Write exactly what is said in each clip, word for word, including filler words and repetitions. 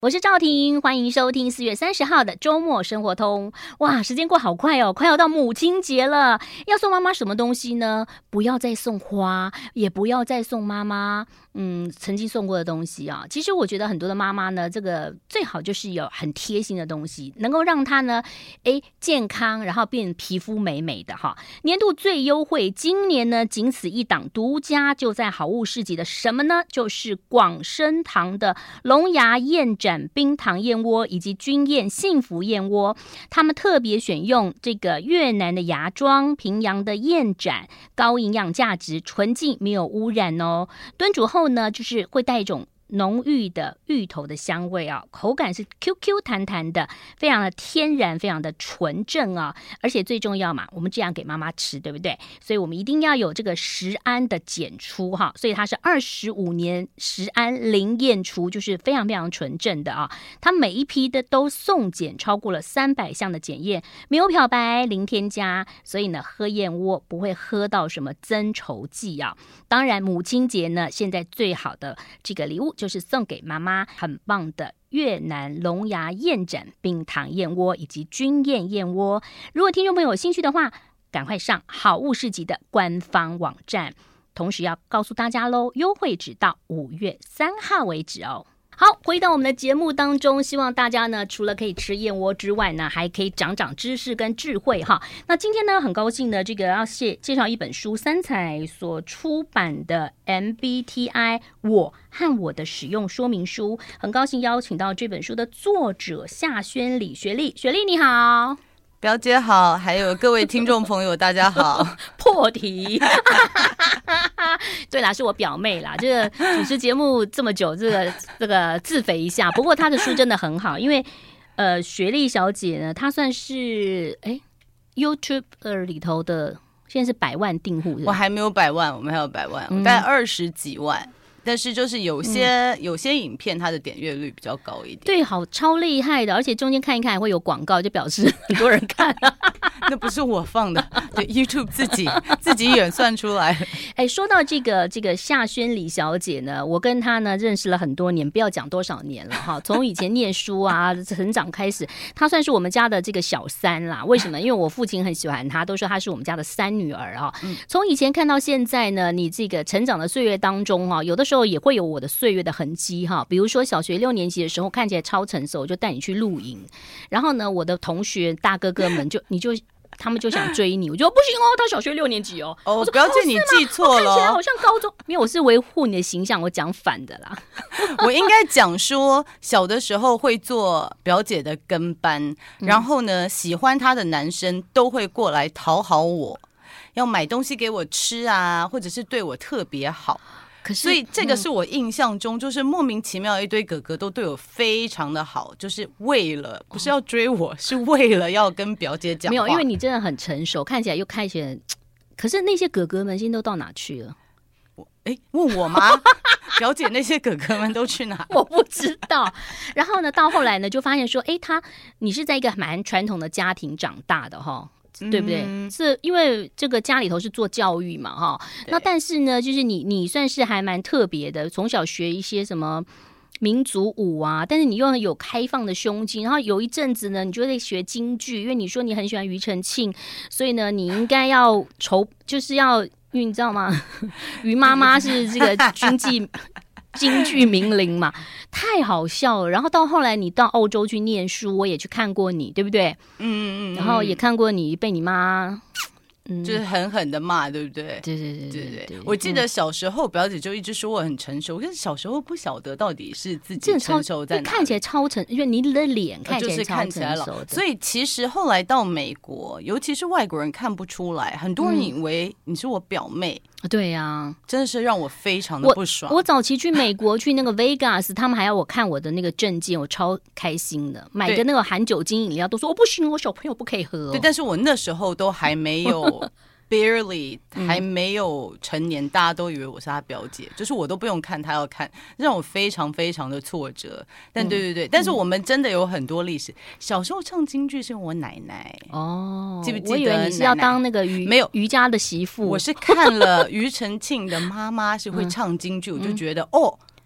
我是赵婷，欢迎收听四月三十号的周末生活通。哇，时间过好快哦，快要到母亲节了。要送妈妈什么东西呢？不要再送花，也不要再送妈妈嗯曾经送过的东西啊。其实我觉得很多的妈妈呢，这个最好就是有很贴心的东西，能够让她呢，哎健康，然后变皮肤美美的哈。年度最优惠，今年呢仅此一档，独家就在好物市集的什么呢？就是广生堂的龙牙燕盏冰糖燕窝以及君燕幸福燕窝，他们特别选用这个越南的芽庄、平阳的燕盏，高营养价值，纯净没有污染哦。炖煮后呢，就是会带一种浓郁的芋头的香味啊，口感是 Q Q 弹弹的，非常的天然，非常的纯正啊。而且最重要嘛，我们这样给妈妈吃，对不对？所以我们一定要有这个食安的检出哈，所以它是二十五年食安零验出，就是非常非常纯正的啊。它每一批的都送检超过了三百项的检验，没有漂白，零添加，所以呢，喝燕窝不会喝到什么增稠剂啊。当然，母亲节呢，现在最好的这个礼物就是送给妈妈很棒的越南龙牙燕盏冰糖燕窝以及君燕燕窝。如果听众朋友有兴趣的话，赶快上好物市集的官方网站。同时要告诉大家咯，优惠只到五月三号为止哦。好，回到我们的节目当中，希望大家呢除了可以吃燕窝之外呢，还可以长长知识跟智慧哈。那今天呢，很高兴的这个要介介绍一本书，三彩所出版的 M B T I 我和我的使用说明书，很高兴邀请到这本书的作者夏宣礼雪莉，雪莉你好。 表姐好，还有各位听众朋友大家好。 破题对啦，是我表妹啦，这个主持节目这么久，这个这个自肥一下。不过她的书真的很好，因为呃，雪莉小姐呢，她算是哎 YouTube 里头的，现在是百万订户。 我还没有百万，我们还有百万，我大概二十几万。嗯，但是就是有些、嗯、有些影片它的点阅率比较高一点。 对，好超厉害的，而且中间看一看还会有广告，就表示很多人看。 那不是我放的，对 YouTube 自己自己演算出来。 哎，说到这个这个夏宣礼小姐呢，我跟她呢认识了很多年，不要讲多少年了哈。从以前念书啊成长开始，她算是我们家的这个小三啦。为什么？因为我父亲很喜欢她，都说她是我们家的三女儿啊。从以前看到现在呢，你这个成长的岁月当中哈，有的时候也会有我的岁月的痕迹哈。比如说小学六年级的时候看起来超成熟，我就带你去露营，然后呢，我的同学大哥哥们就你就。他们就想追你，我就说不行哦，他小学六年级哦。 哦，表姐你记错了， 看起来好像高中，因为我是维护你的形象，我讲反的啦。 我应该讲说，小的时候会做表姐的跟班，然后呢，喜欢她的男生都会过来讨好我，要买东西给我吃啊，或者是对我特别好。可是所以这个是我印象中、嗯、就是莫名其妙一堆哥哥都对我非常的好，就是为了不是要追我，是为了要跟表姐讲话。 没有，因为你真的很成熟，看起来又看起来，可是那些哥哥们现在都到哪去了？ 哎，问我吗？表姐那些哥哥们都去哪？ 我不知道。然后呢，到后来呢，就发现说，哎，他你是在一个蛮传统的家庭长大的哈。对不对？嗯、是因为这个家里头是做教育嘛，哈。那但是呢，就是你你算是还蛮特别的，从小学一些什么民族舞啊，但是你又有开放的胸襟。然后有一阵子呢，你就在学京剧，因为你说你很喜欢庾澄庆，所以呢，你应该要筹，就是要，因为你知道吗？于妈妈是这个军纪。京剧名伶嘛，太好笑了。然后到后来你到欧洲去念书，我也去看过你，对不对？嗯嗯嗯。然后也看过你被你妈， 嗯，就是狠狠的骂，对不对？ 对对对对 对, 对。 我记得小时候表姐就一直说我很成熟，可是小时候不晓得到底是自己成熟在哪里。 看起来超成，因为你的脸看起来超成熟的。 所以其实后来到美国，尤其是外国人看不出来，很多人以为你是我表妹。 嗯，对呀、啊， 真的是让我非常的不爽。 我, 我早期去美国去那个 Vegas， 他们还要我看我的那个证件，我超开心的。买个那个含酒精饮料，都说我、哦、不行，我小朋友不可以喝、哦。 对，但是我那时候都还没有。barely 还没有成年、嗯、大家都以为我是他表姐，就是我都不用看他要看，让我非常非常的挫折。但对对对、嗯、但是我们真的有很多历史。小时候唱京剧是我奶奶哦，记不记得？ 我以为你是要当那个瑜没有瑜伽的媳妇。 我是看了庾澄庆的妈妈是会唱京剧、嗯、我就觉得哦，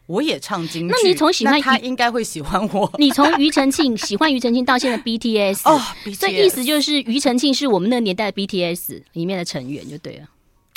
我也唱京剧， 那你从喜欢他应该会喜欢我。 你从庾澄庆喜欢庾澄庆到现在 B T S 哦， 所以意思就是庾澄庆是我们那个年代的 B T S 里面的成员就对了。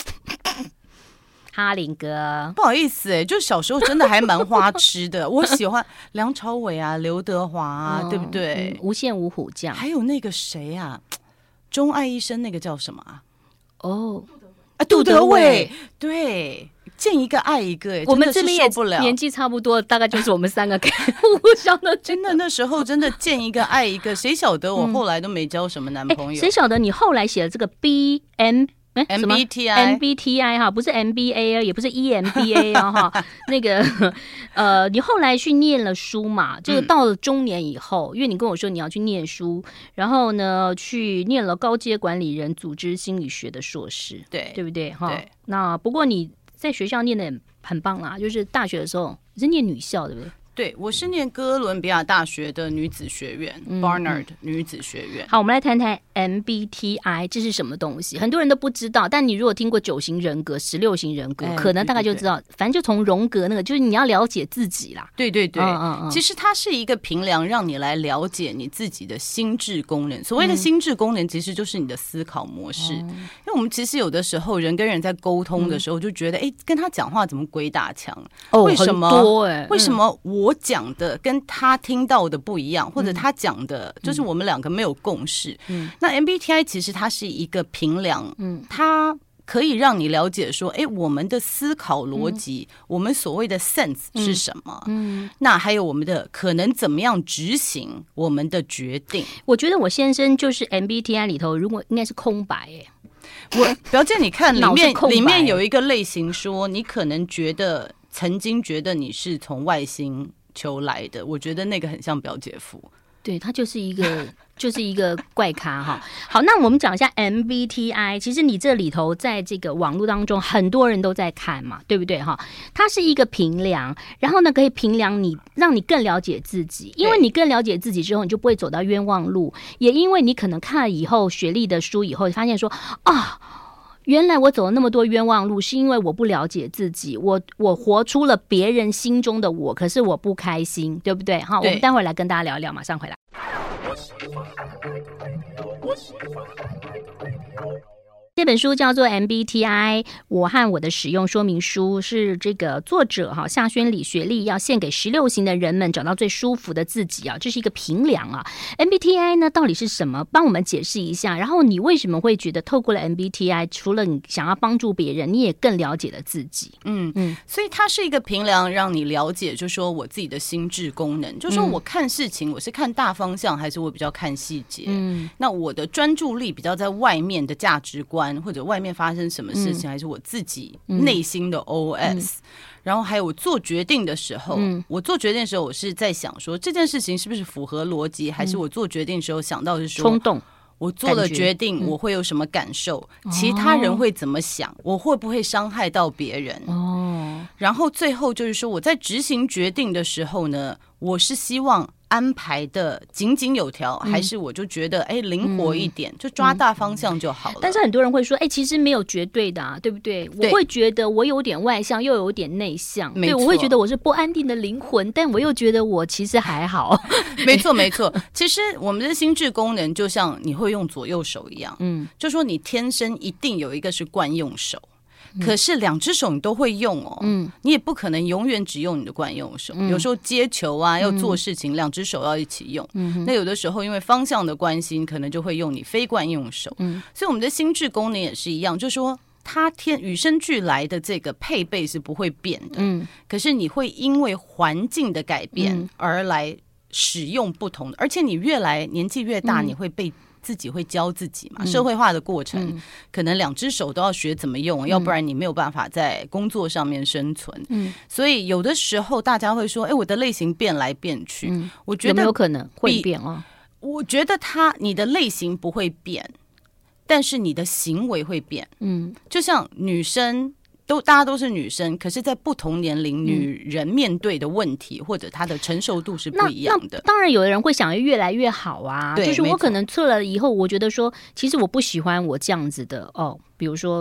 哈林哥， 不好意思哎、欸，就小时候真的还蛮花痴的。我喜欢梁朝伟啊、刘德华啊，哦、对不对、 嗯？无线五虎将， 还有那个谁啊，钟爱一生那个叫什么啊？ 哦， 啊，杜德伟，对。见一个爱一个、欸， 我们这边也不了， 年纪差不多，大概就是我们三个互相的。 真的，那时候真的见一个爱一个，谁晓得我后来都没交什么男朋友？ 谁、嗯欸、晓得你后来写的这个 B M M B T I M B T I 哈，不是 M B A 也不是 E M B A 啊哈，那个呃，你后来去念了书嘛，就是到了中年以后，嗯、因为你跟我说你要去念书，然后呢去念了高阶管理人组织心理学的硕士， 对对不对哈？ 对。 那不过你在学校念的很棒啦，就是大学的时候你是念女校对不对？ 对，我是念哥伦比亚大学的女子学院、嗯、Barnard 女子学院。 好，我们来谈谈 M B T I 这是什么东西，很多人都不知道，但你如果听过九型人格、十六型人格、哎、可能大概就知道，对对对，反正就从荣格那个，就是你要了解自己啦。 对对对、 嗯嗯嗯、 其实它是一个评量，让你来了解你自己的心智功能。所谓的心智功能其实就是你的思考模式、嗯、因为我们其实有的时候人跟人在沟通的时候就觉得哎、嗯，跟他讲话怎么鬼打墙、 哦、 为什么很多、欸、 为什么我讲的跟他听到的不一样，或者他讲的就是我们两个没有共识、嗯、那 M B T I 其实它是一个评量、嗯、它可以让你了解说哎，我们的思考逻辑、嗯、我们所谓的 sense 是什么、嗯嗯、那还有我们的可能怎么样执行我们的决定。 我觉得我先生就是 M B T I 里头如果应该是空白耶。 我表姐你看里面里面有一个类型说你可能觉得曾经觉得你是从外星球来的，我觉得那个很像表姐夫。 对，他就是一个就是一个怪咖哈。好，那我们讲一下 M B T I。其实你这里头在这个网络当中，很多人都在看嘛，对不对哈？它是一个评量，然后呢可以评量你，让你更了解自己。因为你更了解自己之后，你就不会走到冤枉路。也因为你可能看了以后学历的书以后，发现说啊。原来我走了那么多冤枉路，是因为我不了解自己，我我活出了别人心中的我，可是我不开心，对不对？好，我们待会儿来跟大家聊一聊，马上回来。这本书叫做 M B T I 我和我的使用说明书，是这个作者哈夏宣礼学历要献给十六型的人们找到最舒服的自己啊，这是一个评量啊。M B T I 呢到底是什么？帮我们解释一下。然后你为什么会觉得透过了 M B T I， 除了你想要帮助别人，你也更了解了自己？嗯嗯，所以它是一个评量，让你了解，就说我自己的心智功能，就说我看事情我是看大方向，还是我比较看细节？嗯，那我的专注力比较在外面的价值观。或者外面发生什么事情、嗯、还是我自己内心的 O S、嗯、然后还有我做决定的时候、嗯、我做决定的时候我是在想说这件事情是不是符合逻辑、嗯、还是我做决定的时候想到是说冲动， 我做了决定我会有什么感受、嗯、其他人会怎么想、哦、我会不会伤害到别人、哦、然后最后就是说我在执行决定的时候呢，我是希望安排的井井有条、嗯、还是我就觉得哎灵活一点、嗯、就抓大方向就好了、嗯、 但是很多人会说哎其实没有绝对的啊，对不对？我会觉得我有点外向又有点内向，对，我会觉得我是不安定的灵魂，但我又觉得我其实还好。 没错没错，其实我们的心智功能就像你会用左右手一样，嗯，就说你天生一定有一个是惯用手，可是两只手你都会用哦，嗯，你也不可能永远只用你的惯用手、嗯、有时候接球啊要做事情、嗯、两只手要一起用、嗯、那有的时候因为方向的关系可能就会用你非惯用手、嗯、所以我们的心智功能也是一样，就是说它天与生俱来的这个配备是不会变的，嗯，可是你会因为环境的改变而来使用不同的，而且你越来年纪越大、嗯、你会被自己会教自己嘛，社会化的过程、嗯、可能两只手都要学怎么用、嗯、要不然你没有办法在工作上面生存、嗯、所以有的时候大家会说哎，我的类型变来变去、嗯、我觉得有没有可能会变哦？ 我觉得它你的类型不会变，但是你的行为会变，嗯，就像女生都大家都是女生，可是在不同年龄、嗯、女人面对的问题或者她的承受度是不一样的。 当然有的人会想越来越好啊，就是我可能测了以后我觉得说其实我不喜欢我这样子的哦，比如说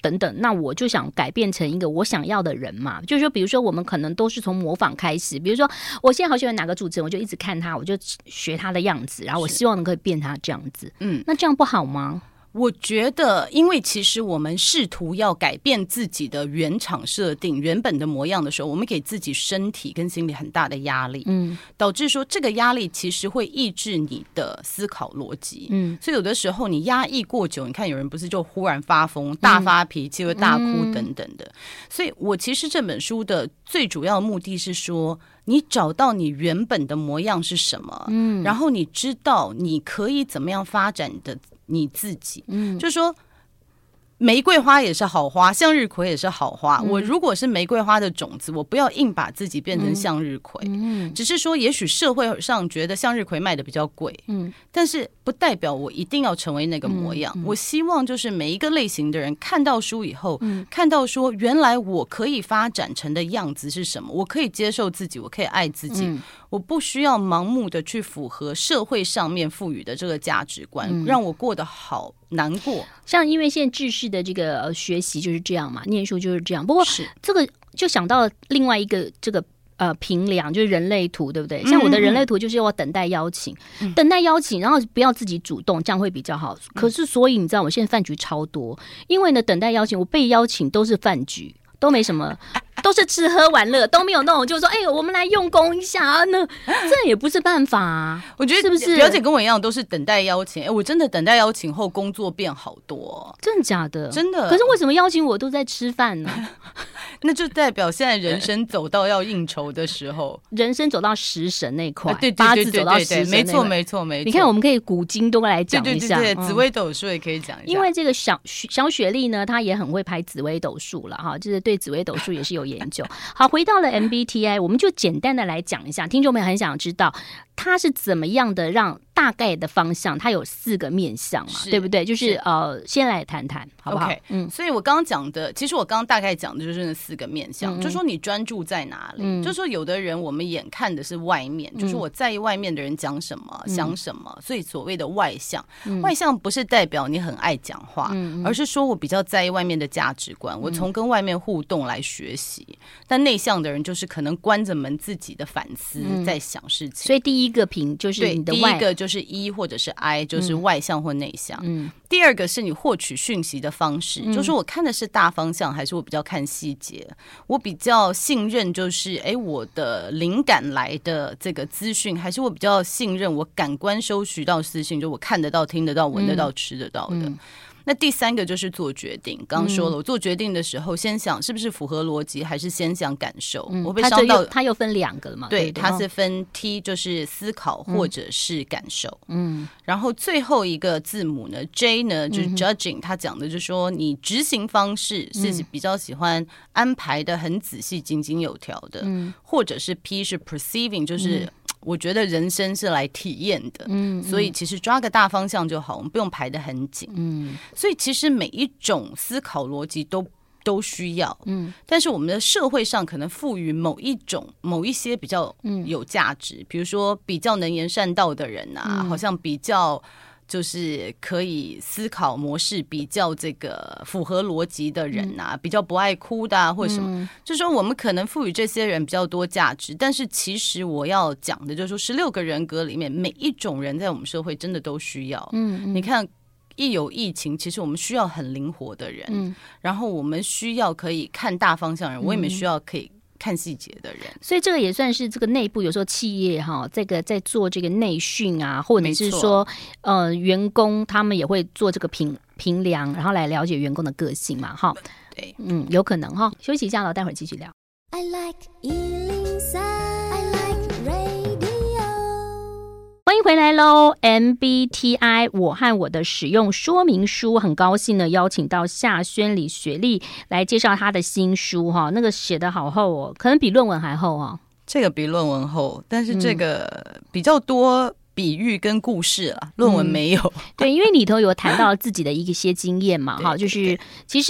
等等，那我就想改变成一个我想要的人嘛。就是说，比如说我们可能都是从模仿开始，比如说我现在好喜欢哪个主持人，我就一直看他，我就学他的样子，然后我希望能够变他这样子。嗯，那这样不好吗？ 我觉得，因为其实我们试图要改变自己的原厂设定、原本的模样的时候，我们给自己身体跟心理很大的压力，嗯，导致说这个压力其实会抑制你的思考逻辑，嗯，所以有的时候你压抑过久，你看有人不是就忽然发疯、大发脾气、会大哭等等的。所以我其实这本书的最主要的目的是说，你找到你原本的模样是什么，嗯，然后你知道你可以怎么样发展的。你自己，嗯，就是说，玫瑰花也是好花，向日葵也是好花。嗯、我如果是玫瑰花的种子，我不要硬把自己变成向日葵，嗯，只是说，也许社会上觉得向日葵卖的比较贵，嗯，但是不代表我一定要成为那个模样。嗯嗯、我希望就是每一个类型的人看到书以后，嗯、看到说原来我可以发展成的样子是什么，我可以接受自己，我可以爱自己。嗯，我不需要盲目的去符合社会上面赋予的这个价值观，嗯、让我过得好难过。 像因为现在制式的这个、呃、学习就是这样嘛，念书就是这样。不过这个就想到另外一个这个呃评量，就是人类图，对不对？像我的人类图就是要等待邀请，嗯、等待邀请，然后不要自己主动，这样会比较好。可是所以你知道，我现在饭局超多，因为呢等待邀请，我被邀请都是饭局，都没什么。都是吃喝玩乐，都没有那种就是说，哎呦，我们来用功一下啊，那这也不是办法啊。 我觉得是不是表姐跟我一样，都是等待邀请？哎，我真的等待邀请后，工作变好多， 真的假的？ 真的。 可是为什么邀请我都在吃饭呢？ 那就代表现在人生走到要应酬的时候， 人生走到食神那块， 对八字走到食神那块， 没错没错没错。 你看，我们可以古今都来讲一下， 对对对对，紫微斗数也可以讲一下。 因为这个小小雪莉呢，她也很会拍紫微斗数了哈，就是对紫微斗数也是有研究。好，回到了 M B T I， 我们就简单的来讲一下，听众们很想知道它是怎么样的让大概的方向，它有四个面向嘛，对不对？就是呃，先来谈谈好不好？ okay, 嗯，所以我刚刚讲的，其实我刚刚大概讲的就是那四个面向，嗯、就说你专注在哪里，嗯、就说有的人我们眼看的是外面，嗯、就是我在意外面的人讲什么、嗯、想什么，所以所谓的外向，嗯、外向不是代表你很爱讲话，嗯、而是说我比较在意外面的价值观，嗯、我从跟外面互动来学习。但内向的人就是可能关着门自己的反思，嗯、在想事情。 所以第一个评就是你的外， 第一个就是 E 或者是 I， 就是外向或内向。嗯，第二个是你获取讯息的方式，嗯、就是我看的是大方向，还是我比较看细节？我比较信任就是哎，我的灵感来的这个资讯，还是我比较信任我感官收取到资讯，就我看得到、听得到、闻得到、嗯、吃得到的。嗯，那第三个就是做决定，刚刚说了，我做决定的时候，先想是不是符合逻辑，还是先想感受。嗯、我被伤到， 它又分两个了嘛？ 对，它是分 T， 就是思考或者是感受。嗯，然后最后一个字母呢 ，J 呢就是 judging，它讲的就是说你执行方式是比较喜欢安排的很仔细、井井有条的，嗯、或者是 P 是 perceiving， 就是。嗯我觉得人生是来体验的，嗯，所以其实抓个大方向就好，我们不用排得很紧，嗯，所以其实每一种思考逻辑都都需要，嗯，但是我们的社会上可能赋予某一种某一些比较有价值，嗯、比如说比较能言善道的人啊，嗯、好像比较。就是可以思考模式比较这个符合逻辑的人啊，嗯、比较不爱哭的啊，或者什么，嗯、就是说我们可能赋予这些人比较多价值，但是其实我要讲的就是说，十六个人格里面每一种人在我们社会真的都需要。嗯，嗯你看。一有疫情，其实我们需要很灵活的人，嗯、然后我们需要可以看大方向的人，我也没需要可以。看细节的人， 所以这个也算是这个内部有时候企业哈，这个在做这个内训啊，或者是说呃员工他们也会做这个评评量，然后来了解员工的个性嘛，哈， 对， 嗯，有可能哈。休息一下了，待会儿继续聊。I like 一零三 I like radio。欢迎回来喽 ！M B T I 我和我的使用说明书，很高兴呢，邀请到夏宣礼雪莉来介绍她的新书哈，那个写得好厚哦，可能比论文还厚哦。 这个比论文厚，但是这个比较多比喻跟故事啊，论文没有。 嗯、对，因为里头有谈到自己的一些经验嘛，哈，就是其实。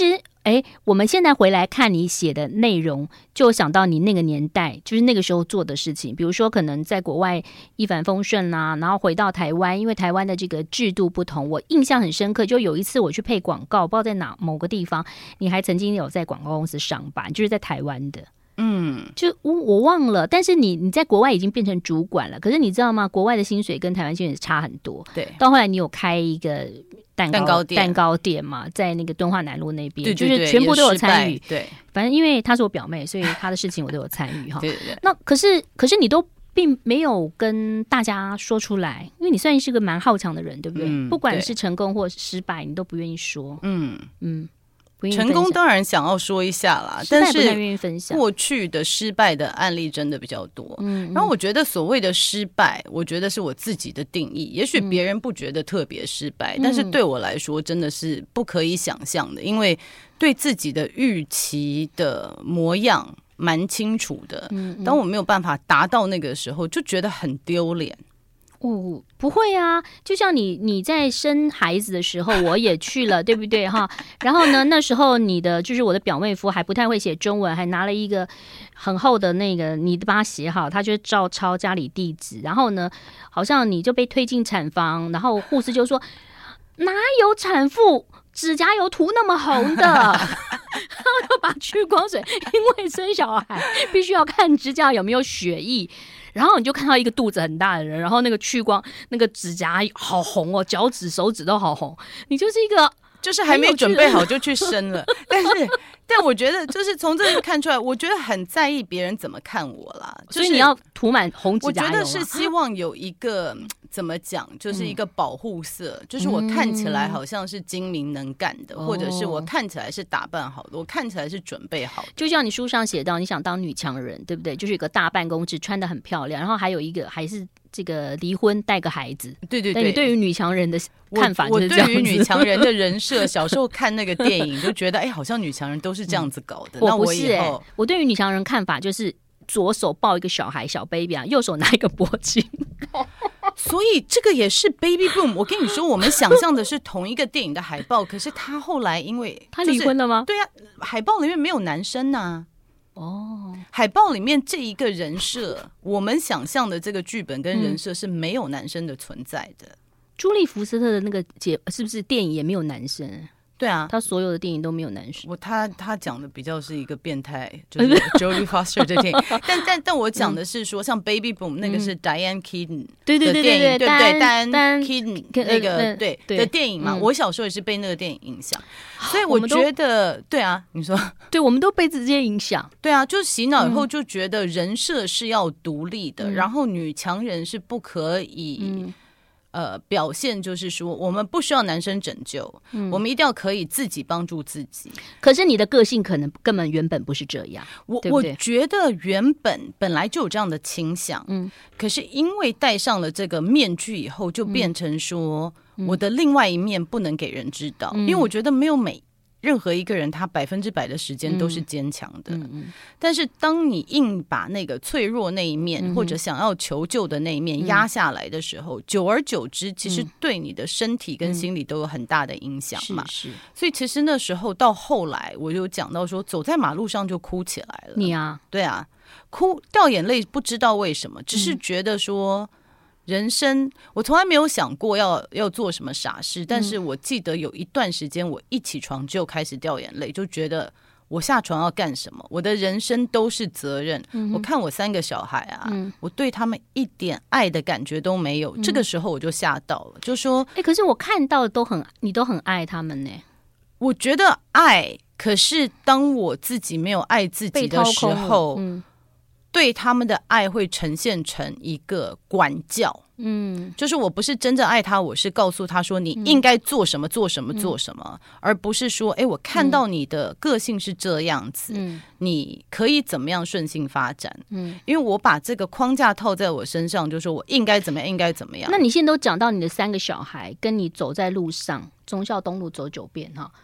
哎，我们现在回来看你写的内容，就想到你那个年代，就是那个时候做的事情。比如说，可能在国外一帆风顺啊，然后回到台湾，因为台湾的这个制度不同，我印象很深刻。就有一次我去配广告，不知道在哪某个地方，你还曾经有在广告公司上班，就是在台湾的。嗯，就我我忘了，但是你你在国外已经变成主管了，可是你知道吗？国外的薪水跟台湾薪水差很多。 对， 到后来你有开一个蛋糕蛋糕店， 蛋糕店嘛，在那个敦化南路那边， 对对对， 就是全部都有参与。 对， 反正因为她是我表妹，所以她的事情我都有参与哈。 对对对。 那可是可是你都并没有跟大家说出来，因为你算是个蛮好强的人，对不对？嗯、不管是成功或失败，你都不愿意说。嗯嗯。 成功当然想要说一下啦，但是不太愿意分享。 过去的失败的案例真的比较多。嗯，然后我觉得所谓的失败，我觉得是我自己的定义。也许别人不觉得特别失败，嗯、但是对我来说真的是不可以想象的，因为对自己的预期的模样蛮清楚的。嗯，当我没有办法达到那个时候，就觉得很丢脸。 哦，不会啊，就像你你在生孩子的时候，我也去了，对不对哈？然后呢，那时候你的就是我的表妹夫还不太会写中文，还拿了一个很厚的那个，你帮他写好，他就照抄家里地址。然后呢，好像你就被推进产房，然后护士就说哪有产妇指甲油涂那么红的？然后就把去光水，因为生小孩必须要看指甲有没有血液。然后你就看到一个肚子很大的人，然后那个去光，那个指甲好红哦，脚趾、手指都好红。你就是一个， 就是还没准备好就去生了。但是，但我觉得就是从这里看出来，我觉得很在意别人怎么看我啦。就是、 所以你要涂满红指甲油、啊。 我觉得是希望有一个。怎么讲，就是一个保护色、嗯、就是我看起来好像是精明能干的、嗯、或者是我看起来是打扮好的，我看起来是准备好的。 就像你书上写到你想当女强人，对不对？就是有个大办公室，穿得很漂亮，然后还有一个还是这个离婚带个孩子。 对对对。 但你对于女强人的看法就是这样子。 我, 我对于女强人的人设小时候看那个电影就觉得哎，好像女强人都是这样子搞的、嗯、那我不是、欸、 我以后我对于女强人看法就是左手抱一个小孩小 baby 啊，右手拿一个铂金。 所以这个也是 Baby Boom。 我跟你说，我们想象的是同一个电影的海报，可是他后来因为、就是、 他离婚了吗？ 对啊，海报里面没有男生啊。哦，海报里面这一个人设，我们想象的这个剧本跟人设是没有男生的存在的。嗯、 朱莉福斯特的那个节是不是电影也没有男生？ 对啊， 他所有的电影都没有男生。 我他他讲的比较是一个变态，就是 Jodie Foster 的电影。但但但我讲的是说，像 Baby Boom 那个是 Diane Keaton 对对对对对， 对对 Diane Keaton 那个、 呃、 对对的电影嘛、嗯。我小时候也是被那个电影影响，所以我觉得对啊，你说对，我们都被直接影响。 对啊，就洗脑以后就觉得人设是要独立的，嗯、然后女强人是不可以。嗯呃，表现就是说，我们不需要男生拯救、嗯，我们一定要可以自己帮助自己。 可是你的个性可能根本原本不是这样， 我对不对？ 我觉得原本本来就有这样的倾向，嗯，可是因为戴上了这个面具以后，就变成说、嗯、我的另外一面不能给人知道，嗯、因为我觉得没有美。任何一个人他百分之百的时间都是坚强的、嗯嗯、但是当你硬把那个脆弱那一面、嗯、或者想要求救的那一面压下来的时候、嗯、久而久之其实对你的身体跟心理都有很大的影响嘛、嗯、是是。所以其实那时候到后来我就讲到说，走在马路上就哭起来了。 你啊， 对啊，哭掉眼泪，不知道为什么，只是觉得说人生我从来没有想过要要做什么傻事，但是我记得有一段时间我一起床就开始掉眼泪，就觉得我下床要干什么，我的人生都是责任、嗯、我看我三个小孩啊、嗯、我对他们一点爱的感觉都没有、嗯、这个时候我就吓到了，就说哎、欸，可是我看到的都很你都很爱他们呢。 我觉得爱，可是当我自己没有爱自己的时候，嗯，对他们的爱会呈现成一个管教，嗯，就是我不是真正爱他，我是告诉他说你应该做什么、嗯、做什么做什么、嗯、而不是说哎，我看到你的个性是这样子、嗯、你可以怎么样顺性发展，嗯，因为我把这个框架套在我身上，就是说我应该怎么样应该怎么样。 那你现在都讲到你的三个小孩跟你走在路上，忠孝东路走九遍哈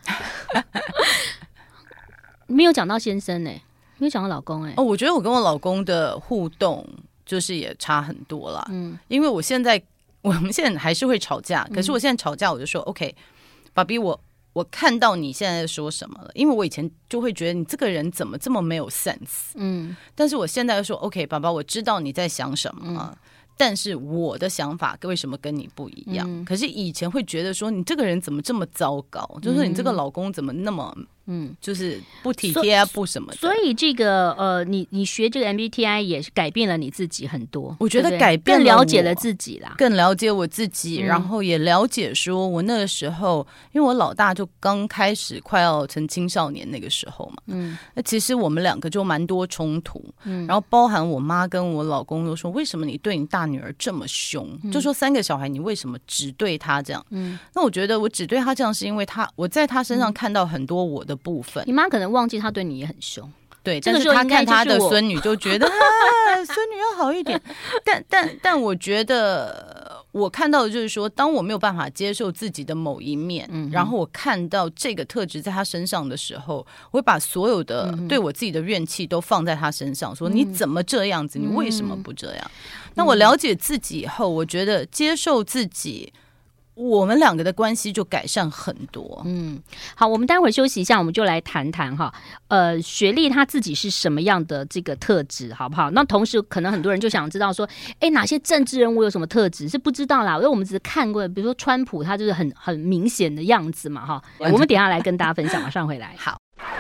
没有讲到先生呢、欸，没有讲到老公哎、欸。 哦，我觉得我跟我老公的互动就是也差很多啦。嗯，因为我现在我们现在还是会吵架，可是我现在吵架我就说、嗯、OK， 爸比我我看到你现在在说什么了，因为我以前就会觉得你这个人怎么这么没有 sense， 嗯，但是我现在就说 OK 爸爸，我知道你在想什么、啊嗯，但是我的想法为什么跟你不一样、嗯、可是以前会觉得说你这个人怎么这么糟糕、嗯、就是你这个老公怎么那么嗯，就是不体贴啊，不什么的。 所以这个呃，你你学这个 M B T I 也是改变了你自己很多。 我觉得改变了更了解了自己啦， 更了解我自己、嗯，然后也了解说，我那个时候，因为我老大就刚开始快要成青少年那个时候嘛，嗯，那其实我们两个就蛮多冲突，嗯，然后包含我妈跟我老公都说，为什么你对你大女儿这么凶？嗯、就说三个小孩，你为什么只对她这样？嗯，那我觉得我只对她这样，是因为她我在她身上看到很多我的部分。 你妈可能忘记她对你也很凶， 对，但是她看她的孙女就觉得啊，孙女要好一点。但但但我觉得我看到的就是说，当我没有办法接受自己的某一面，嗯、然后我看到这个特质在她身上的时候，我会把所有的对我自己的怨气都放在她身上，说你怎么这样子？你为什么不这样？嗯、那我了解自己以后，我觉得接受自己。我们两个的关系就改善很多。 嗯，好，我们待会儿休息一下，我们就来谈谈哈，呃，雪莉她自己是什么样的这个特质，好不好？那同时，可能很多人就想知道说，哎，哪些政治人物有什么特质？是不知道啦，因为我们只是看过，比如说川普，他就是很很明显的样子嘛，哈。我们等一下来跟大家分享，马上回来。 好。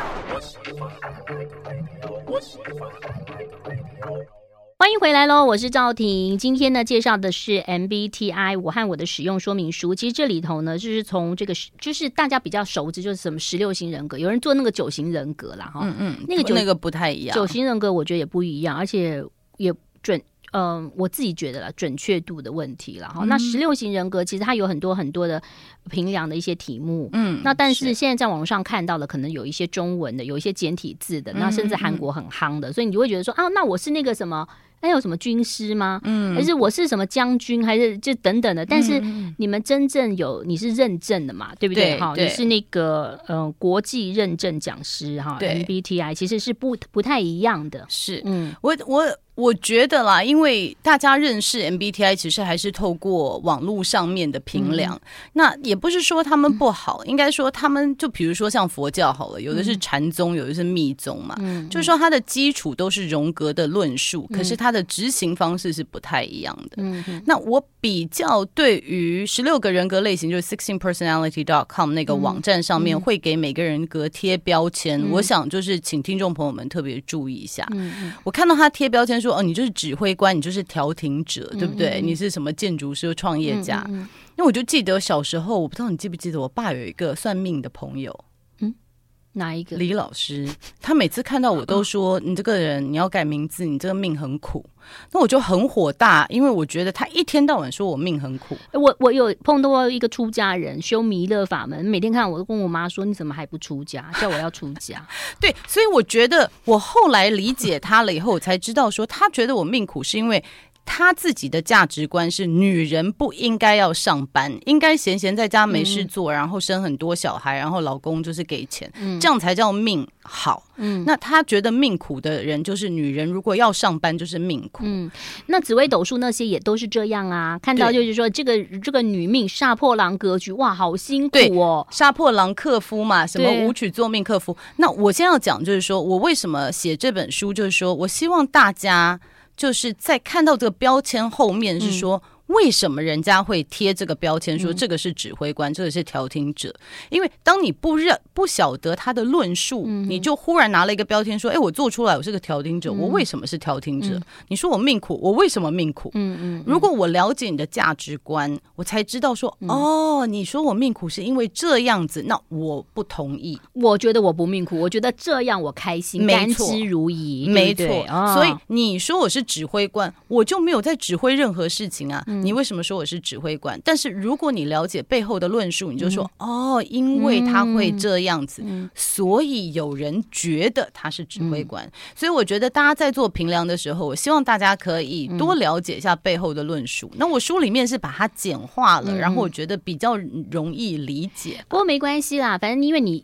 欢迎回来咯，我是赵婷。今天呢介绍的是 M B T I 我和我的使用说明书。其实这里头呢就是从这个就是大家比较熟知就是什么十六型人格，有人做那个九型人格啦，嗯嗯，那个那个不太一样。 九型人格我觉得也不一样，而且也准嗯、呃，我自己觉得啦，准确度的问题啦。嗯、那十六型人格其实它有很多很多的评量的一些题目，嗯，那但是现在在网络上看到的可能有一些中文的，有一些简体字的，那甚至韩国很夯的，所以你就会觉得说啊，那我是那个什么。还有什么军师吗？嗯，还是我是什么将军，还是就等等的？但是你们真正有你是认证的嘛，对不对？哈，你是那个呃国际认证讲师哈 ，M B T I 其实是不不太一样的。 是，嗯，我我我觉得啦，因为大家认识 M B T I 其实还是透过网络上面的评量、嗯，那也不是说他们不好，嗯、应该说他们就比如说像佛教好了，有的是禅宗，有的是密宗嘛，嗯，就是说它的基础都是荣格的论述，嗯、可是它的执行方式是不太一样的。嗯，那我比较对于十六个人格类型，就是 sixteen personality dot com 那个网站上面会给每个人格贴标签、嗯，我想就是请听众朋友们特别注意一下。嗯，我看到他贴标签说，哦，你就是指挥官，你就是调停者，对不对？嗯、你是什么建筑师、创业家？嗯嗯嗯、因为我就记得小时候，我不知道你记不记得，我爸有一个算命的朋友。 哪一个？ 李老师，他每次看到我都说：“你这个人，你要改名字，你这个命很苦。”那我就很火大，因为我觉得他一天到晚说我命很苦。 我我有碰到过一个出家人修弥勒法门，每天看我都跟我妈说：“你怎么还不出家？叫我要出家。” 对，所以我觉得我后来理解他了以后，我才知道说他觉得我命苦是因为。他自己的价值观是女人不应该要上班，应该闲闲在家没事做、嗯、然后生很多小孩，然后老公就是给钱、嗯、这样才叫命好、嗯、那他觉得命苦的人就是女人如果要上班就是命苦、嗯、 那紫微斗数那些也都是这样啊，看到就是说这个这个女命杀破狼格局，哇好辛苦哦， 杀破狼克夫嘛，什么武曲坐命克夫。那我现在要讲就是说我为什么写这本书，就是说我希望大家就是在看到这个标签后面是说、嗯为什么人家会贴这个标签说这个是指挥官、嗯、这个是调停者？因为当你不认不晓得他的论述、嗯、你就忽然拿了一个标签说哎，我做出来我是个调停者、嗯、我为什么是调停者、嗯、你说我命苦，我为什么命苦、嗯嗯、如果我了解你的价值观，我才知道说、嗯、哦，你说我命苦是因为这样子，那我不同意。 我觉得我不命苦，我觉得这样我开心，甘之如饴， 没错、哦、所以你说我是指挥官，我就没有在指挥任何事情啊、嗯你为什么说我是指挥官？但是如果你了解背后的论述，你就说、嗯、哦，因为他会这样子、嗯、所以有人觉得他是指挥官、嗯、所以我觉得大家在做评量的时候，我希望大家可以多了解一下背后的论述、嗯、那我书里面是把它简化了、嗯、然后我觉得比较容易理解。 不过没关系啦，反正因为你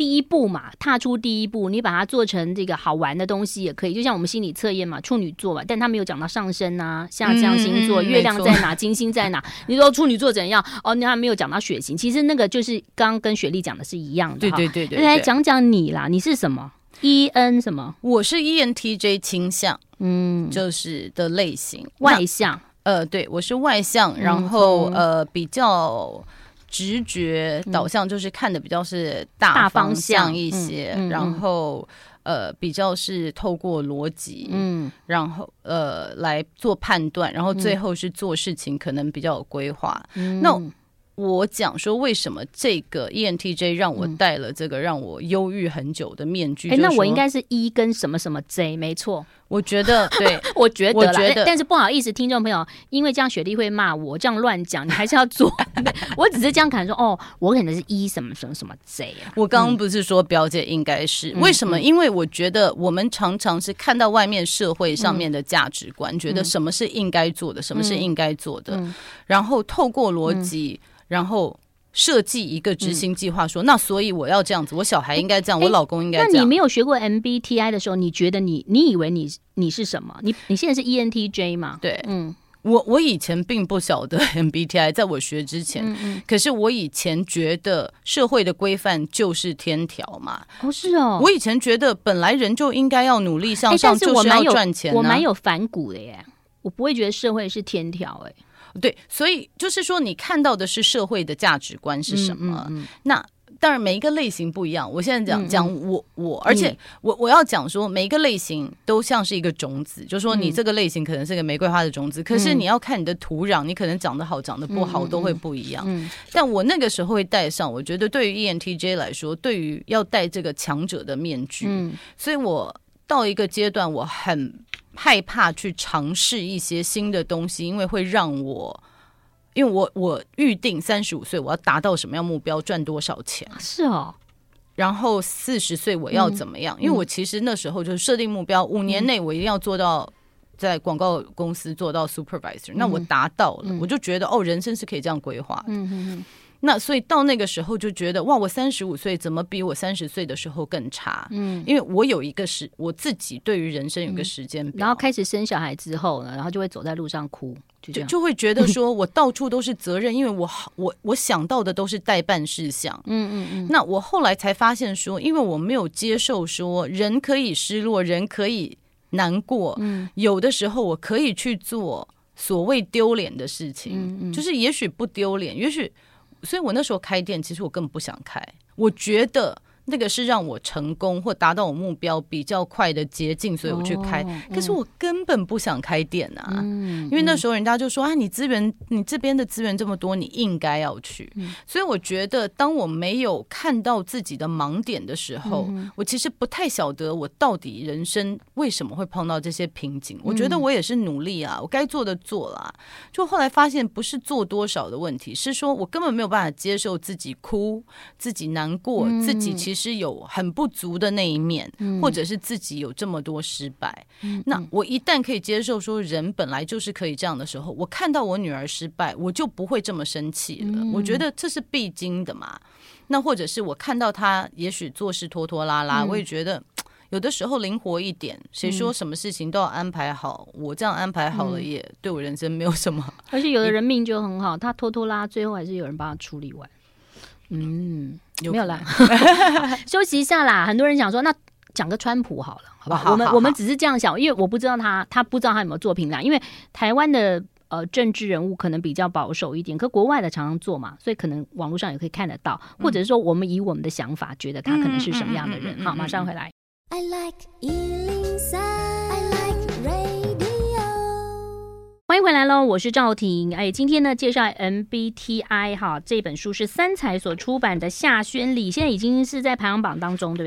第一步嘛，踏出第一步，你把它做成这个好玩的东西也可以，就像我们心理测验嘛，处女座嘛，但他没有讲到上升啊、下降星座、嗯、月亮在哪、金星在哪。你说处女座怎样？哦，他没有讲到血型，其实那个就是刚刚跟雪莉讲的是一样的。 对对对 对, 对。来讲讲你啦，你是什么 ？E N 什么？ 我是 E N T J 倾向，嗯，就是的类型， 外向。 呃，对，我是外向，然后、嗯、呃比较。直觉导向就是看的比较是大方向一些，嗯嗯嗯、然后呃比较是透过逻辑，嗯，然后呃来做判断，然后最后是做事情可能比较有规划。嗯、那我讲说为什么这个 E N T J 让我戴了这个让我忧郁很久的面具？哎、 嗯，那我应该是 E 跟什么什么 J， 没错。 我觉得对， 我觉得啦，我觉得但是不好意思，听众朋友，因为这样雪莉会骂我，这样乱讲，你还是要做。我只是这样看说，哦，我可能是 E 什么什么什么 J 啊。 我刚刚不是说表姐应该是、嗯、为什么？因为我觉得我们常常是看到外面社会上面的价值观，嗯、觉得什么是应该做的，嗯、什么是应该做的，嗯、然后透过逻辑，嗯、然后。设计一个执行计划说、嗯、那所以我要这样子，我小孩应该这样，我老公应该这样。 那你没有学过 M B T I 的时候，你觉得你你以为你你是什么？你你现在是 E N T J 吗？ 对，嗯，我我以前并不晓得 M B T I， 在我学之前，嗯嗯，可是我以前觉得社会的规范就是天条嘛。 哦，是哦， 我以前觉得本来人就应该要努力向上，就是要赚钱、啊。 我蛮有反骨的耶，我不会觉得社会是天条哎。 对，所以就是说你看到的是社会的价值观是什么、嗯嗯嗯、那当然每一个类型不一样，我现在讲讲、嗯、我我而且我我要讲说每一个类型都像是一个种子，就是说你这个类型可能是个玫瑰花的种子、嗯、可是你要看你的土壤，你可能长得好长得不好、嗯、都会不一样、嗯、但我那个时候会戴上，我觉得对于 E N T J 来说，对于要戴这个强者的面具、嗯、所以我到一个阶段我很害怕去尝试一些新的东西，因为会让我，因为我我预定三十五岁我要达到什么样目标，赚多少钱， 是哦， 然后四十岁我要怎么样、嗯、因为我其实那时候就是设定目标，五年内我一定要做到在广告公司做到 supervisor、嗯、那我达到了、嗯、我就觉得哦，人生是可以这样规划的。嗯哼哼，那所以到那个时候就觉得哇，我三十五岁怎么比我三十岁的时候更差？嗯，因为我有一个时，我自己对于人生有一个时间表、嗯， 然后开始生小孩之后呢，然后就会走在路上哭，就这样， 就, 就会觉得说我到处都是责任，因为我我我想到的都是待办事项。嗯嗯嗯。那我后来才发现说，因为我没有接受说人可以失落，人可以难过，嗯，有的时候我可以去做所谓丢脸的事情，嗯嗯，就是也许不丢脸，也许。所以我那时候开店，其实我根本不想开，我觉得那个是让我成功或达到我目标比较快的捷径，所以我去开、哦嗯、可是我根本不想开店啊、嗯、因为那时候人家就说啊，你资源你这边的资源这么多，你应该要去、嗯、所以我觉得当我没有看到自己的盲点的时候、嗯、我其实不太晓得我到底人生为什么会碰到这些瓶颈、嗯、我觉得我也是努力啊，我该做的做啦，就后来发现不是做多少的问题，是说我根本没有办法接受自己哭，自己难过、嗯、自己其实其实有很不足的那一面、嗯、或者是自己有这么多失败、嗯、那我一旦可以接受说人本来就是可以这样的时候，我看到我女儿失败我就不会这么生气了、嗯、我觉得这是必经的嘛。那或者是我看到她也许做事拖拖拉拉、嗯、我也觉得有的时候灵活一点，谁说什么事情都要安排好、嗯、我这样安排好了也对我人生没有什么， 而且有的人命就很好，他拖拖拉最后还是有人帮他处理完。嗯，没有啦休息一下啦。很多人想说那讲个川普好了，好不好？好，我们我们只是这样想，因为我不知道他他不知道他有没有作品啦，因为台湾的呃政治人物可能比较保守一点，可国外的常常做嘛，所以可能网络上也可以看得到、嗯、或者是说我们以我们的想法觉得他可能是什么样的人、嗯、好，马上回来。 I like 一零三 I like radio， 欢迎回来咯，我是赵婷。哎，今天呢介绍 M B T I 哈，这本书是三彩所出版的夏宣礼，现在已经是在排行榜当中，对不对？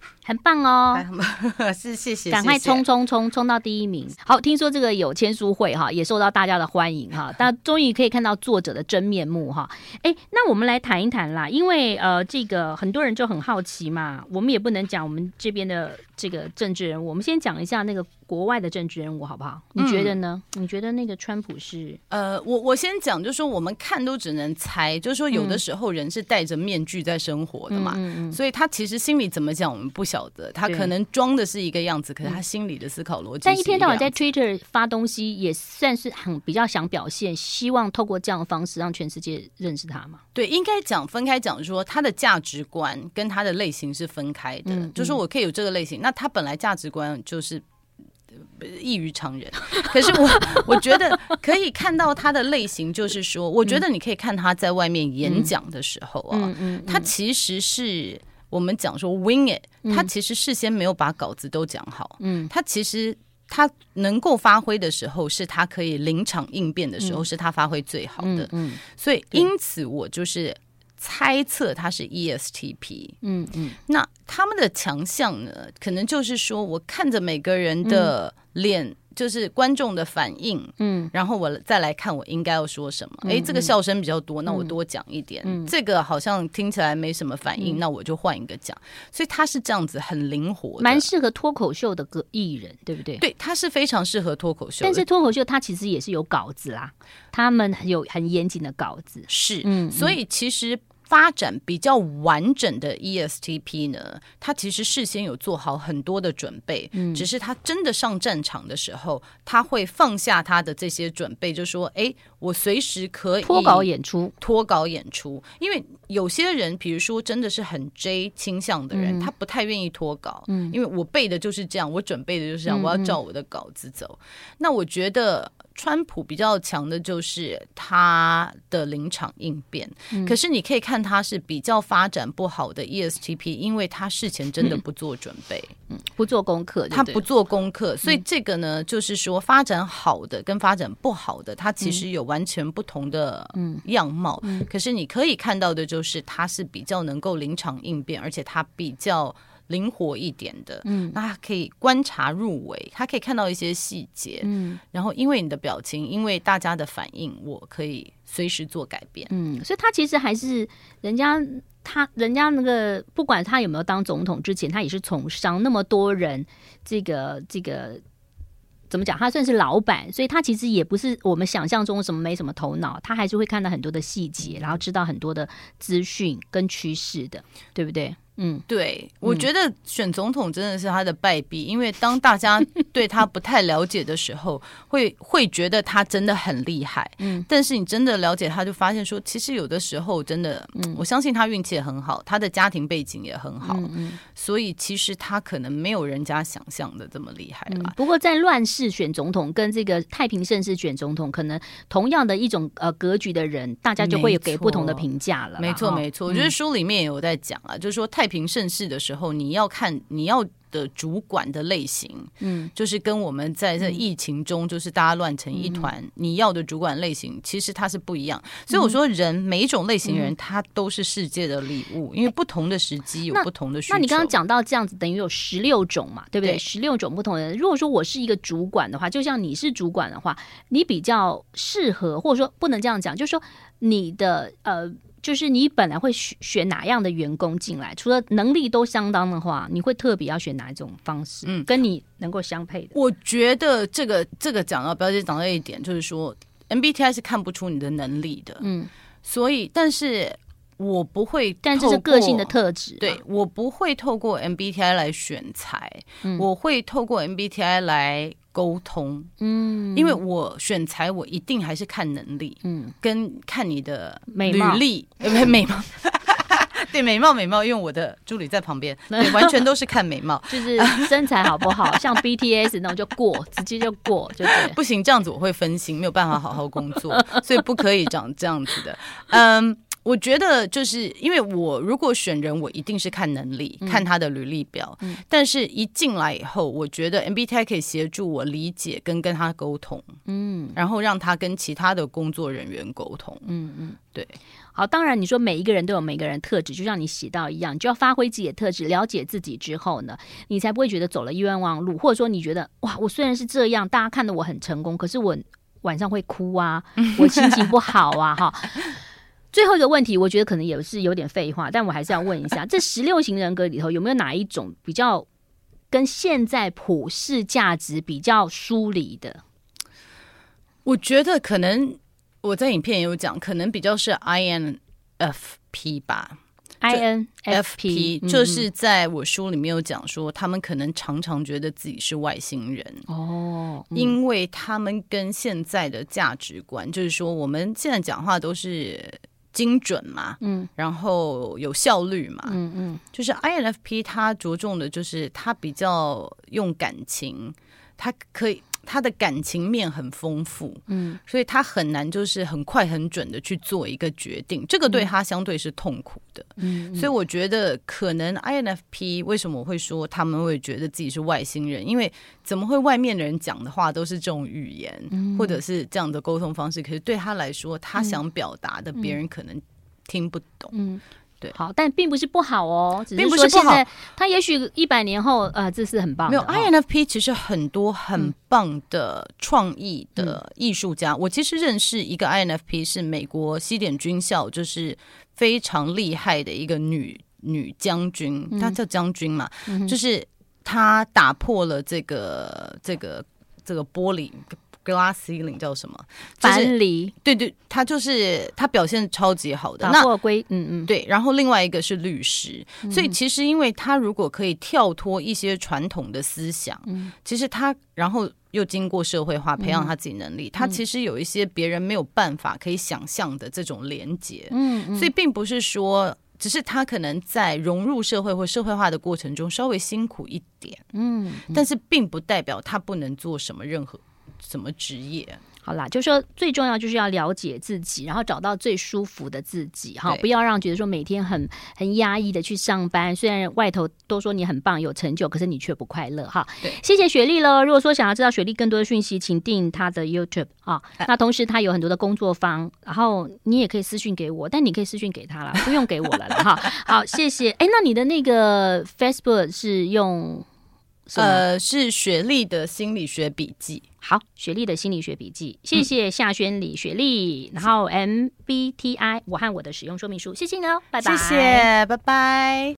很棒哦， 是谢谢， 赶快冲冲冲冲到第一名。好，听说这个有签书会哈，也受到大家的欢迎哈，但终于可以看到作者的真面目哈。哎，那我们来谈一谈啦，因为呃，这个很多人就很好奇嘛，我们也不能讲我们这边的这个政治人物，我们先讲一下那个国外的政治人物好不好？你觉得呢？嗯、你觉得那个川普是？ 呃，我我先讲，就是说我们看都只能猜，就是说有的时候人是戴着面具在生活的嘛，嗯嗯嗯、所以他其实心里怎么讲我们不晓得，他可能装的是一个样子，可是他心里的思考逻辑是一个样子。 但一天到晚在 Twitter 发东西，也算是很比较想表现，希望透过这样的方式让全世界认识他嘛？ 对，应该讲分开讲说，他的价值观跟他的类型是分开的，嗯嗯、就是说我可以有这个类型，那他本来价值观就是异于常人，可是我我觉得可以看到他的类型，就是说，我觉得你可以看他在外面演讲的时候啊，嗯嗯嗯、他其实是我们讲说 wing it， 他其实事先没有把稿子都讲好，嗯，他其实他能够发挥的时候，是他可以临场应变的时候，是他发挥最好的，嗯嗯、所以因此我就是猜测他是 E S T P， 嗯嗯，那他们的强项呢，可能就是说我看着每个人的脸。嗯，就是观众的反应，嗯，然后我再来看我应该要说什么。哎、嗯，这个笑声比较多，那我多讲一点。嗯，这个好像听起来没什么反应，嗯、那我就换一个讲。所以他是这样子，很灵活的， 蛮适合脱口秀的个艺人，对不对？ 对，他是非常适合脱口秀的。 但是脱口秀他其实也是有稿子啦，他们有很严谨的稿子， 是，嗯，所以其实。发展比较完整的 E S T P 呢，他其实事先有做好很多的准备，嗯、只是他真的上战场的时候，他会放下他的这些准备，就说：“哎，我随时可以脱稿演出， 脱稿演出。”因为有些人，比如说真的是很 J 倾向的人，嗯、他不太愿意脱稿，嗯、因为我背的就是这样，我准备的就是这样，嗯、我要照我的稿子走。嗯、那我觉得。川普比较强的就是他的临场应变，嗯、可是你可以看他是比较发展不好的 E S T P， 因为他事前真的不做准备， 嗯、不做功课， 他不做功课，所以这个呢，嗯、就是说发展好的跟发展不好的，它其实有完全不同的样貌。嗯嗯、可是你可以看到的就是他是比较能够临场应变，而且他比较。灵活一点的，嗯，那他可以观察入微，他可以看到一些细节，嗯，然后因为你的表情，因为大家的反应，我可以随时做改变， 嗯，所以他其实还是人家他人家那个不管他有没有当总统之前，他也是从商，那么多人，这个这个。怎么讲？他算是老板，所以他其实也不是我们想象中什么没什么头脑，他还是会看到很多的细节，然后知道很多的资讯跟趋势的，对不对？嗯， 对，我觉得选总统真的是他的败笔，因为当大家对他不太了解的时候，会会觉得他真的很厉害。嗯，但是你真的了解他，就发现说，其实有的时候真的，嗯，我相信他运气也很好，他的家庭背景也很好，嗯嗯，所以其实他可能没有人家想象的这么厉害啦。 嗯、不过在乱世选总统跟这个太平盛世选总统，可能同样的一种呃格局的人，大家就会有给不同的评价了。 没错，没错，我觉得书里面也有在讲啊，就是说太。太平盛世的时候，你要看你要的主管的类型，嗯，就是跟我们在这疫情中，就是大家乱成一团，嗯、你要的主管类型，其实它是不一样。所以我说，人、嗯、每一种类型的人，他都是世界的礼物，因为不同的时机有不同的需求。 那你刚刚讲到这样子，等于有十六种嘛，对不对？十六种不同的人。如果说我是一个主管的话，就像你是主管的话，你比较适合，或者说不能这样讲，就是说你的呃。就是你本来会选哪样的员工进来，除了能力都相当的话，你会特别要选哪一种方式，嗯，跟你能够相配的？ 我觉得这个这个讲到表姐讲到一点，就是说 M B T I 是看不出你的能力的，嗯，所以但是我不会， 但这是个性的特质， 对，我不会透过 M B T I 来选才，嗯、我会透过 M B T I 来。沟通，嗯，因为我选材，我一定还是看能力，嗯，跟看你的履历，呃，美貌，对，美貌美貌，因为我的助理在旁边，对，完全都是看美貌， 就是身材好不好，像 B T S 那种就过，直接就过，就对， 不行，这样子我会分心，没有办法好好工作，所以不可以长这样子的，嗯。 我觉得就是因为我如果选人，我一定是看能力，嗯、看他的履历表。嗯、但是一进来以后，我觉得 M B T I 可以协助我理解跟跟他沟通，嗯，然后让他跟其他的工作人员沟通，嗯嗯，对。 好，当然你说每一个人都有每个人的特质，就像你写到一样，你就要发挥自己的特质，了解自己之后呢，你才不会觉得走了冤枉路，或者说你觉得哇，我虽然是这样，大家看得我很成功，可是我晚上会哭啊，我心情不好啊，哈。最后一个问题，我觉得可能也是有点废话，但我还是要问一下，这十六型人格里头有没有哪一种比较跟现在普世价值比较疏离的？ 我觉得可能。我在影片也有讲，可能比较是 I N F P 吧。 I N F P 就是在我书里面有讲说，他们可能常常觉得自己是外星人哦，嗯、因为他们跟现在的价值观，就是说我们现在讲话都是精准嘛，嗯，然后有效率嘛，嗯嗯，就是 I N F P 他着重的就是他比较用感情，他可以。他的感情面很丰富，嗯，所以他很难就是很快很准的去做一个决定，这个对他相对是痛苦的，嗯，所以我觉得可能 I N F P 为什么我会说他们会觉得自己是外星人，因为怎么会外面的人讲的话都是这种语言，嗯、或者是这样的沟通方式，可是对他来说，他想表达的别人可能听不懂，嗯。对， 好，但并不是不好哦，只是说现在他也许一百年后，呃，这是很棒的。 没有 I N F P 其实很多很棒的创意的艺术家。嗯、我其实认识一个 I N F P 是美国西点军校，就是非常厉害的一个女女将军，她叫将军嘛，嗯、就是她打破了这个这个这个玻璃。glass ceiling 叫什么？ 樊篱。 对对，他就是他表现超级好的。 打破规，嗯嗯， 对。然后另外一个是律师，嗯、所以其实因为他如果可以跳脱一些传统的思想，嗯、其实他然后又经过社会化培养他自己能力，嗯、他其实有一些别人没有办法可以想象的这种连结。嗯嗯，所以并不是说。只是他可能在融入社会或社会化的过程中稍微辛苦一点，嗯，但是并不代表他不能做什么任何什么职业。 好啦，就说最重要就是要了解自己，然后找到最舒服的自己哈，不要让觉得说每天很很压抑的去上班，虽然外头都说你很棒有成就，可是你却不快乐哈。谢谢雪莉了。如果说想要知道雪莉更多的讯息，请订她的 YouTube 啊。那同时她有很多的工作坊，然后你也可以私讯给我，但你可以私讯给她啦，不用给我了啦哈。好，谢谢。哎，那你的那个 Facebook 是用？ 呃，是雪莉的心理学笔记。 好，雪莉的心理学笔记，谢谢夏轩李雪莉，然后 M B T I 我和我的使用说明书，谢谢你哦，拜拜， 谢谢，拜拜。